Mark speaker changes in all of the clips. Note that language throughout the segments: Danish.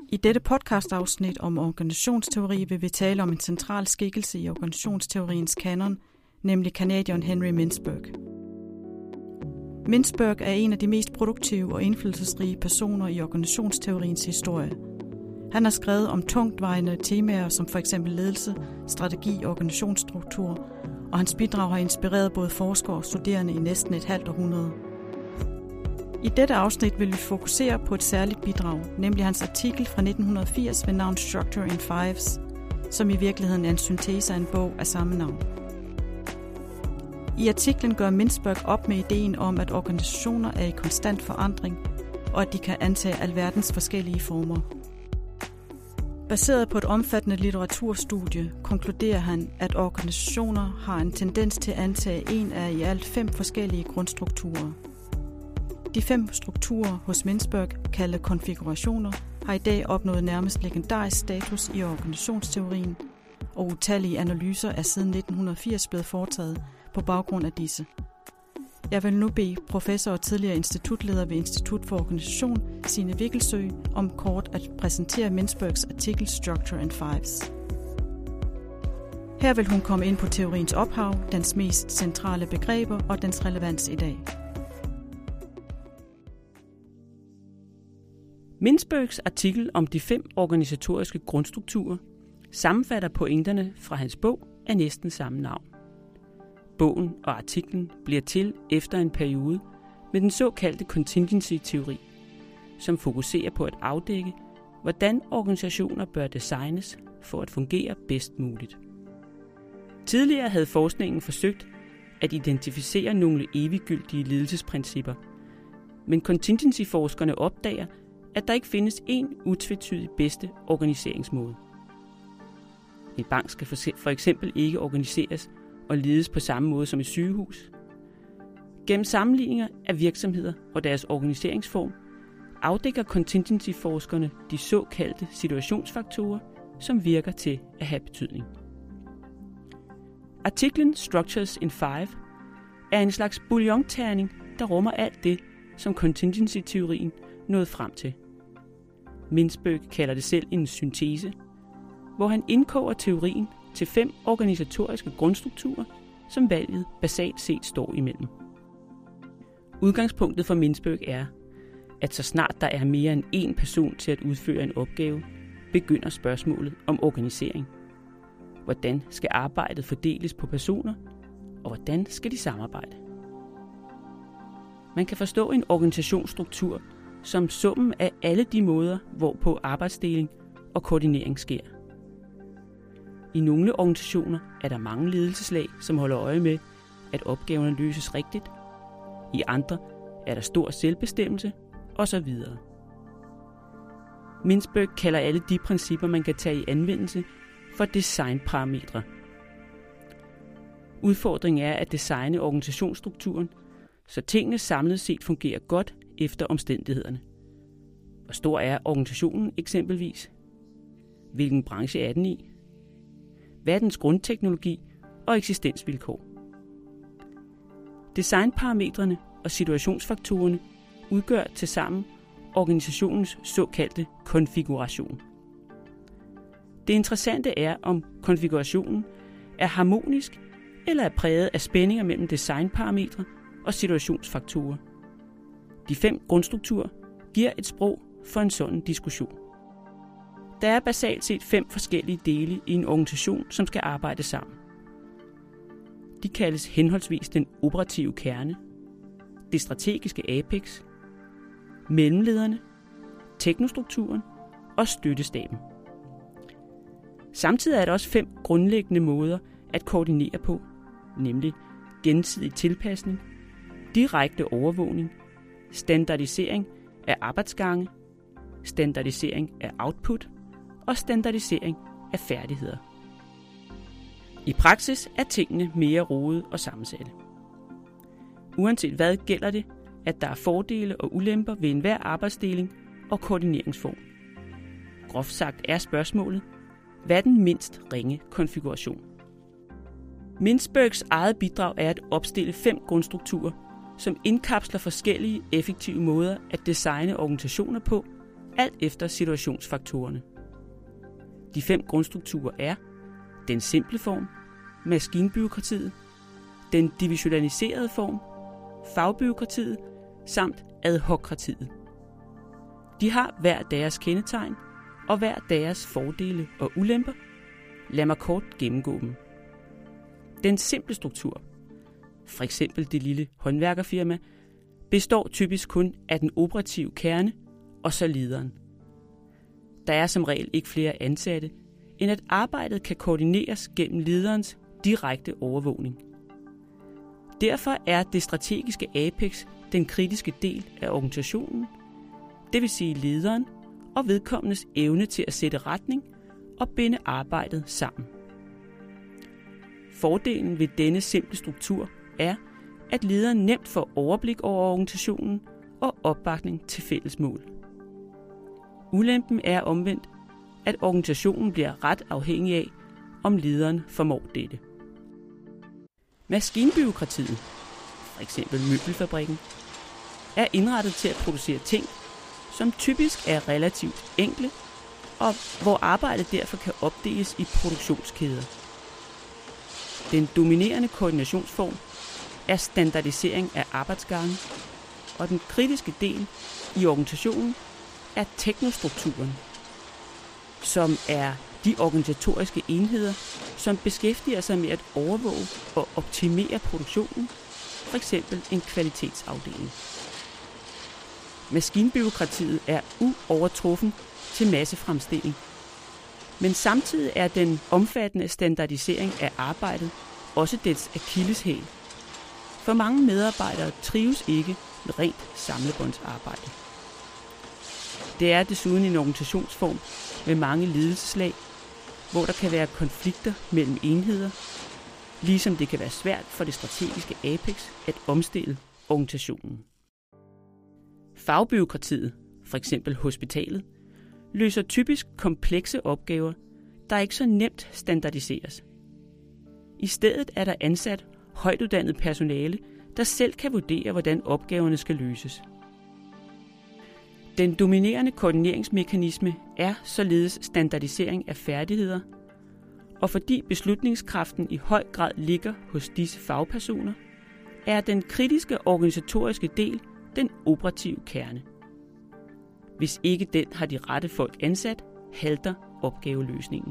Speaker 1: I dette podcastafsnit om organisationsteori vil vi tale om en central skikkelse i organisationsteoriens kanon, nemlig canadieren Henry Mintzberg. Mintzberg er en af de mest produktive og indflydelsesrige personer i organisationsteoriens historie. Han har skrevet om tungtvejende temaer som f.eks. ledelse, strategi og organisationsstruktur, og hans bidrag har inspireret både forskere og studerende i næsten et halvt århundrede. I dette afsnit vil vi fokusere på et særligt bidrag, nemlig hans artikel fra 1980 ved navn Structure in Fives, som i virkeligheden er en syntese af en bog af samme navn. I artiklen gør Mintzberg op med ideen om, at organisationer er i konstant forandring, og at de kan antage alverdens forskellige former. Baseret på et omfattende litteraturstudie konkluderer han, at organisationer har en tendens til at antage en af i alt 5 forskellige grundstrukturer. De 5 strukturer hos Mintzberg, kaldet konfigurationer, har i dag opnået nærmest legendarisk status i organisationsteorien, og utallige analyser er siden 1980 blevet foretaget på baggrund af disse. Jeg vil nu bede professor og tidligere institutleder ved Institut for Organisation, Signe Vikkelsøe, om kort at præsentere Mintzbergs artikel Structure in Fives. Her vil hun komme ind på teoriens ophav, dens mest centrale begreber og dens relevans i dag.
Speaker 2: Mintzbergs artikel om de 5 organisatoriske grundstrukturer sammenfatter pointerne fra hans bog af næsten samme navn. Bogen og artiklen bliver til efter en periode med den såkaldte contingency-teori, som fokuserer på at afdække, hvordan organisationer bør designes for at fungere bedst muligt. Tidligere havde forskningen forsøgt at identificere nogle eviggyldige ledelsesprincipper, men contingency-forskerne opdager, at der ikke findes én utvetydig bedste organiseringsmåde. En bank skal for eksempel ikke organiseres og ledes på samme måde som et sygehus. Gennem sammenligninger af virksomheder og deres organiseringsform afdækker contingency-forskerne de såkaldte situationsfaktorer, som virker til at have betydning. Artiklen Structures in Five er en slags bouillonterning, der rummer alt det, som contingency-teorien nåede frem til. Mintzberg kalder det selv en syntese, hvor han indkoger teorien til 5 organisatoriske grundstrukturer, som valget basalt set står imellem. Udgangspunktet for Mintzberg er, at så snart der er mere end én person til at udføre en opgave, begynder spørgsmålet om organisering. Hvordan skal arbejdet fordeles på personer, og hvordan skal de samarbejde? Man kan forstå en organisationsstruktur som summen af alle de måder, hvorpå arbejdsdeling og koordinering sker. I nogle organisationer er der mange ledelseslag, som holder øje med, at opgaverne løses rigtigt. I andre er der stor selvbestemmelse osv. Mintzberg kalder alle de principper, man kan tage i anvendelse, for designparametre. Udfordringen er at designe organisationsstrukturen, så tingene samlet set fungerer godt efter omstændighederne. Hvor stor er organisationen eksempelvis? Hvilken branche er den i? Hvad er dens grundteknologi og eksistensvilkår? Designparametrene og situationsfaktorerne udgør tilsammen organisationens såkaldte konfiguration. Det interessante er, om konfigurationen er harmonisk eller er præget af spændinger mellem designparametre og situationsfaktorer. De 5 grundstrukturer giver et sprog for en sådan diskussion. Der er basalt set 5 forskellige dele i en organisation, som skal arbejde sammen. De kaldes henholdsvis den operative kerne, det strategiske apex, mellemlederne, teknostrukturen og støttestaben. Samtidig er der også 5 grundlæggende måder at koordinere på, nemlig gensidig tilpasning, direkte overvågning, standardisering af arbejdsgange, standardisering af output og standardisering af færdigheder. I praksis er tingene mere rodede og sammensatte. Uanset hvad gælder det, at der er fordele og ulemper ved enhver arbejdsdeling og koordineringsform. Groft sagt er spørgsmålet, hvad er den mindst ringe konfiguration? Mintzbergs eget bidrag er at opstille 5 grundstrukturer, som indkapsler forskellige effektive måder at designe organisationer på alt efter situationsfaktorerne. De 5 grundstrukturer er den simple form, maskinbureaukratiet, den divisionaliserede form, fagbureaukratiet samt ad hoc-kratiet. De har hver deres kendetegn og hver deres fordele og ulemper. Lad mig kort gennemgå dem. Den simple struktur, for eksempel det lille håndværkerfirma, består typisk kun af den operative kerne og så lederen. Der er som regel ikke flere ansatte, end at arbejdet kan koordineres gennem lederens direkte overvågning. Derfor er det strategiske apex den kritiske del af organisationen, det vil sige lederen og vedkommendes evne til at sætte retning og binde arbejdet sammen. Fordelen ved denne simple struktur er, at lederen nemt får overblik over organisationen og opbakning til fælles mål. Ulempen er omvendt, at organisationen bliver ret afhængig af, om lederen formår dette. Maskinbureaukratiet, f.eks. møbelfabrikken, er indrettet til at producere ting, som typisk er relativt enkle, og hvor arbejdet derfor kan opdeles i produktionskæder. Den dominerende koordinationsform er standardisering af arbejdsgange, og den kritiske del i organisationen er teknostrukturen, som er de organisatoriske enheder, som beskæftiger sig med at overvåge og optimere produktionen, f.eks. en kvalitetsafdeling. Maskinbureaukratiet er uovertruffen til massefremstilling, men samtidig er den omfattende standardisering af arbejdet også dets akilleshæl. For mange medarbejdere trives ikke med rent samlebåndsarbejde. Det er desuden en organisationsform med mange ledelseslag, hvor der kan være konflikter mellem enheder, ligesom det kan være svært for det strategiske apex at omstille organisationen. Fagbureaukratiet, f.eks. hospitalet, løser typisk komplekse opgaver, der ikke så nemt standardiseres. I stedet er der ansat højtuddannet personale, der selv kan vurdere, hvordan opgaverne skal løses. Den dominerende koordineringsmekanisme er således standardisering af færdigheder, og fordi beslutningskraften i høj grad ligger hos disse fagpersoner, er den kritiske organisatoriske del den operative kerne. Hvis ikke den har de rette folk ansat, halter opgaveløsningen.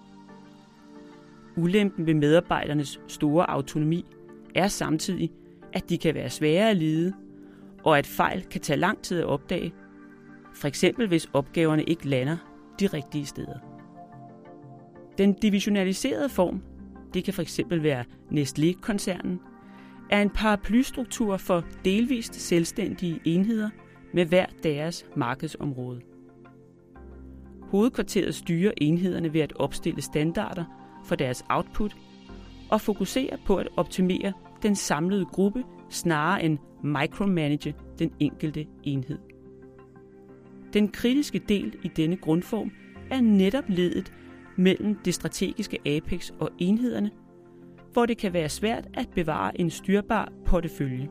Speaker 2: Ulempen ved medarbejdernes store autonomi er samtidig, at de kan være svære at lede, og at fejl kan tage lang tid at opdage, f.eks. hvis opgaverne ikke lander de rigtige steder. Den divisionaliserede form, det kan f.eks. være Nestlé-koncernen, er en paraplystruktur for delvist selvstændige enheder med hver deres markedsområde. Hovedkvarteret styrer enhederne ved at opstille standarder for deres output og fokusere på at optimere den samlede gruppe snarere end micromanage den enkelte enhed. Den kritiske del i denne grundform er netop ledet mellem det strategiske apex og enhederne, hvor det kan være svært at bevare en styrbar portefølje.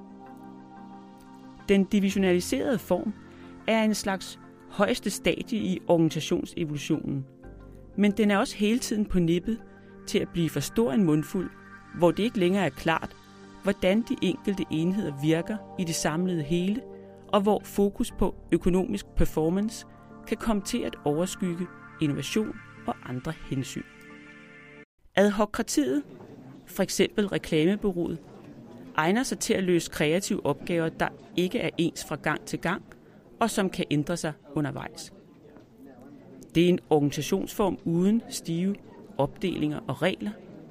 Speaker 2: Den divisionaliserede form er en slags højeste stadie i organisationsevolutionen, men den er også hele tiden på nippet til at blive for stor en mundfuld, hvor det ikke længere er klart, hvordan de enkelte enheder virker i det samlede hele, og hvor fokus på økonomisk performance kan komme til at overskygge innovation og andre hensyn. Ad hoc-kratiet, f.eks. reklamebureauet, egner sig til at løse kreative opgaver, der ikke er ens fra gang til gang, og som kan ændre sig undervejs. Det er en organisationsform uden stive opdelinger og regler.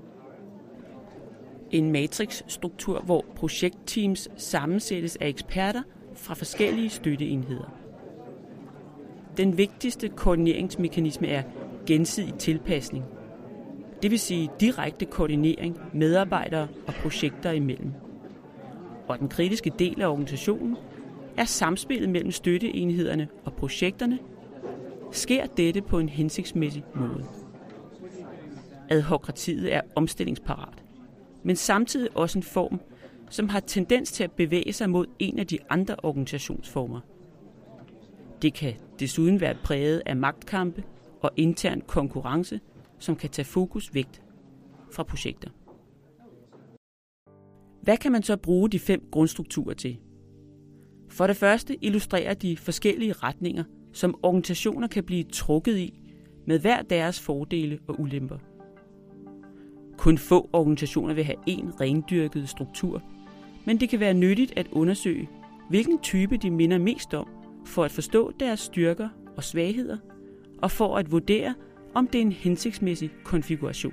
Speaker 2: En matrixstruktur, hvor projektteams sammensættes af eksperter fra forskellige støtteenheder. Den vigtigste koordineringsmekanisme er gensidig tilpasning. Det vil sige direkte koordinering medarbejdere og projekter imellem. Og den kritiske del af organisationen er samspillet mellem støtteenhederne og projekterne. Sker dette på en hensigtsmæssig måde? Ad hoc-kratiet er omstillingsparat, men samtidig også en form, som har tendens til at bevæge sig mod en af de andre organisationsformer. Det kan desuden være præget af magtkampe og intern konkurrence, som kan tage fokus væk fra projekter. Hvad kan man så bruge de 5 grundstrukturer til? For det første illustrerer de forskellige retninger, som organisationer kan blive trukket i, med hver deres fordele og ulemper. Kun få organisationer vil have én rendyrket struktur, men det kan være nyttigt at undersøge, hvilken type de minder mest om, for at forstå deres styrker og svagheder, og for at vurdere, om det er en hensigtsmæssig konfiguration.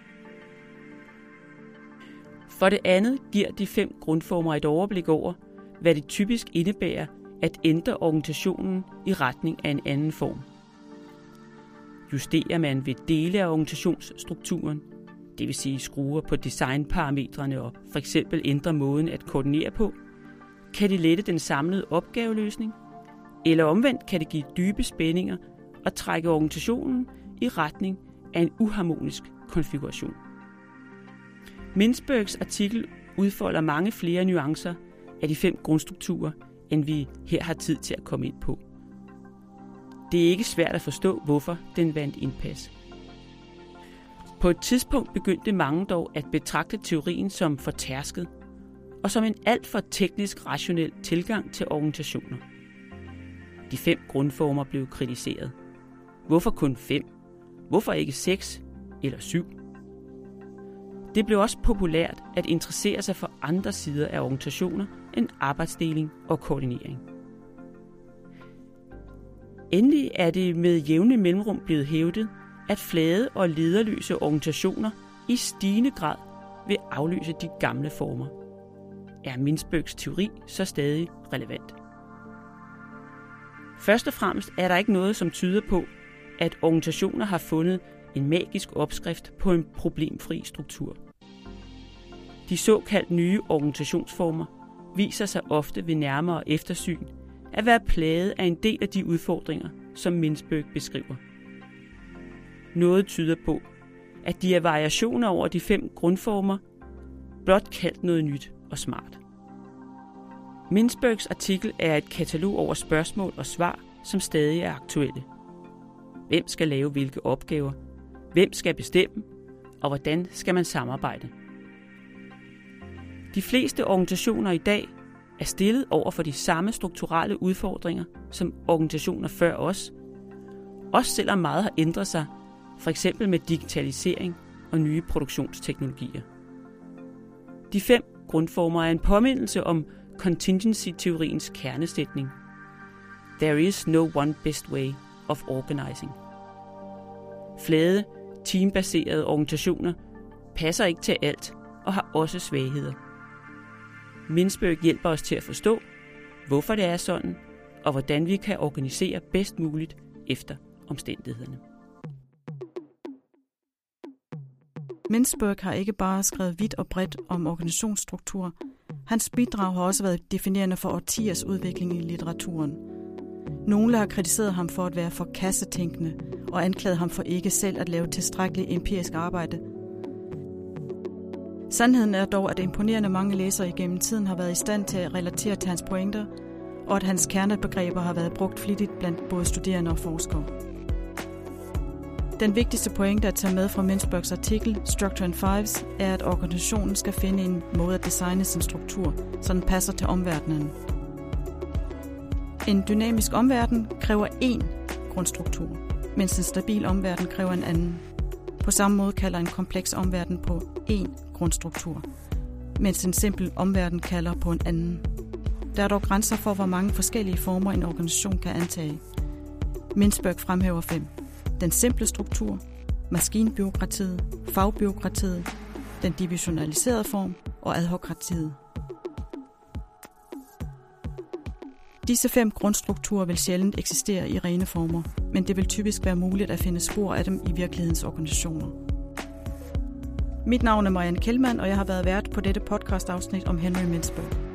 Speaker 2: For det andet giver de 5 grundformer et overblik over, hvad det typisk indebærer at ændre organisationen i retning af en anden form. Justerer man ved dele af organisationsstrukturen, det vil sige skruer på designparametrene og f.eks. ændre måden at koordinere på, kan det lette den samlede opgaveløsning, eller omvendt kan det give dybe spændinger og trække organisationen i retning af en uharmonisk konfiguration. Mintzbergs artikel udfolder mange flere nuancer af de 5 grundstrukturer, end vi her har tid til at komme ind på. Det er ikke svært at forstå, hvorfor den vandt indpas. På et tidspunkt begyndte mange dog at betragte teorien som fortærsket og som en alt for teknisk rationel tilgang til organisationer. De 5 grundformer blev kritiseret. Hvorfor kun 5? Hvorfor ikke 6 eller 7? Det blev også populært at interessere sig for andre sider af organisationer end arbejdsdeling og koordinering. Endelig er det med jævne mellemrum blevet hævdet, at flade og lederløse organisationer i stigende grad vil afløse de gamle former. Er Mintzbergs teori så stadig relevant? Først og fremmest er der ikke noget, som tyder på, at organisationer har fundet en magisk opskrift på en problemfri struktur. De såkaldt nye organisationsformer viser sig ofte ved nærmere eftersyn at være plaget af en del af de udfordringer, som Mintzberg beskriver. Noget tyder på, at de er variationer over de 5 grundformer, blot kaldt noget nyt og smart. Mintzbergs artikel er et katalog over spørgsmål og svar, som stadig er aktuelle. Hvem skal lave hvilke opgaver? Hvem skal bestemme? Og hvordan skal man samarbejde? De fleste organisationer i dag er stillet over for de samme strukturelle udfordringer som organisationer før os, også selvom meget har ændret sig, f.eks. med digitalisering og nye produktionsteknologier. De 5 grundformer er en påmindelse om contingency-teoriens kernesætning. There is no one best way of organizing. Flade, teambaserede organisationer passer ikke til alt og har også svagheder. Mintzberg hjælper os til at forstå, hvorfor det er sådan, og hvordan vi kan organisere bedst muligt efter omstændighederne.
Speaker 1: Mintzberg har ikke bare skrevet vidt og bredt om organisationsstruktur. Hans bidrag har også været definerende for årtiers udvikling i litteraturen. Nogle har kritiseret ham for at være for kassetænkende og anklaget ham for ikke selv at lave tilstrækkeligt empirisk arbejde. Sandheden er dog, at imponerende mange læsere igennem tiden har været i stand til at relatere til hans pointer, og at hans kernebegreber har været brugt flittigt blandt både studerende og forskere. Den vigtigste pointe at tage med fra Mintzbergs artikel, Structure in Fives, er, at organisationen skal finde en måde at designe sin struktur, så den passer til omverdenen. En dynamisk omverden kræver én grundstruktur, mens en stabil omverden kræver en anden. På samme måde kalder en kompleks omverden på én grundstruktur, mens en simpel omverden kalder på en anden. Der er dog grænser for, hvor mange forskellige former en organisation kan antage. Mintzberg fremhæver 5. Den simple struktur, maskinbureaukratiet, fagbureaukratiet, den divisionaliserede form og adhokratiet. Disse 5 grundstrukturer vil sjældent eksistere i rene former, men det vil typisk være muligt at finde spor af dem i virkelighedens organisationer. Mit navn er Marianne Kjeldmann, og jeg har været vært på dette podcast-afsnit om Henry Mintzberg.